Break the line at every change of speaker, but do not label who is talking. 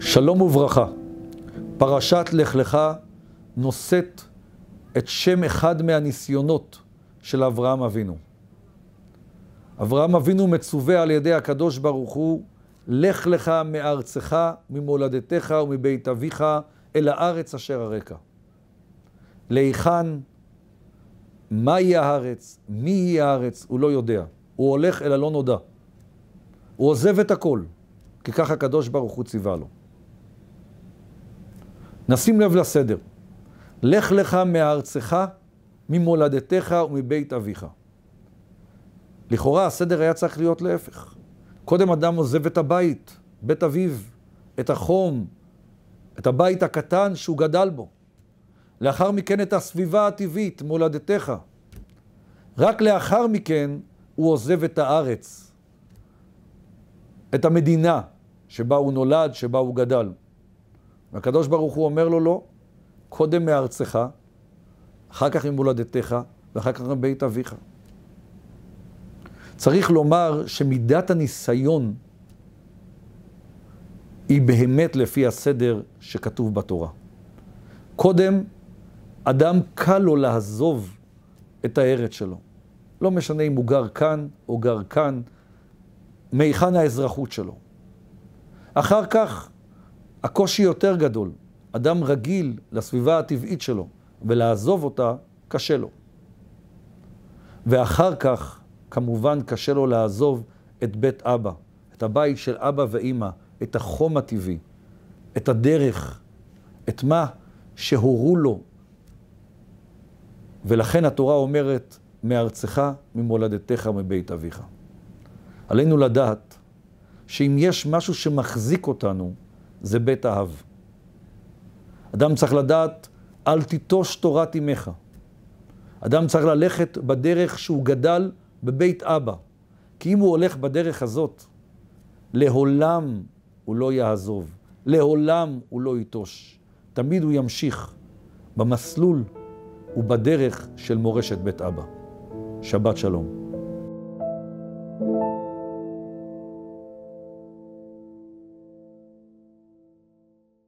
שלום וברכה. פרשת לך לך נושאת את שם אחד מהניסיונות של אברהם אבינו. אברהם אבינו מצווה על ידי הקדוש ברוך הוא, לך לך מארצך, ממולדתך ומבית אביך, אל הארץ אשר אראך. להיכן, מהי הארץ, מי היא הארץ, הוא לא יודע. הוא הולך אל הלא נודע. הוא עוזב את הכל, כי ככה הקדוש ברוך הוא ציווה לו. נשים לב לסדר. לך לך מארצך, ממולדתך ומבית אביך. לכאורה הסדר היה צריך להיות להפך. קודם אדם עוזב את הבית, בית אביו, את החום, את הבית הקטן שהוא גדל בו. לאחר מכן את הסביבה הטבעית, מולדתך. רק לאחר מכן הוא עוזב את הארץ, את המדינה שבה הוא נולד, שבה הוא גדל. והקדוש ברוך הוא אומר לו לא, קודם מארצך, אחר כך ממולדתך, ואחר כך מבית אביך. צריך לומר שמידת הניסיון היא באמת לפי הסדר שכתוב בתורה. קודם, אדם קל לו לעזוב את הארץ שלו. לא משנה אם הוא גר כאן או גר כאן, מהיכן האזרחות שלו. אחר כך, הקושי יותר גדול. אדם רגיל לסביבה הטבעית שלו, ולעזוב אותה קשה לו. ואחר כך, כמובן קשה לו לעזוב את בית אבא, את הבית של אבא ואמא, את החום הטבעי, את הדרך, את מה שהורו לו. ולכן התורה אומרת, מארצך, ממולדתך ומבית אביך. עלינו לדעת שאם יש משהו שמחזיק אותנו, זה בית האב. אדם צריך לדעת, אל תיטוש תורת אמך. אדם צריך ללכת בדרך שהוא גדל בבית אבא. כי אם הוא הולך בדרך הזאת, לעולם הוא לא יעזוב. לעולם הוא לא ייטוש. תמיד הוא ימשיך במסלול ובדרך של מורשת בית אבא. שבת שלום.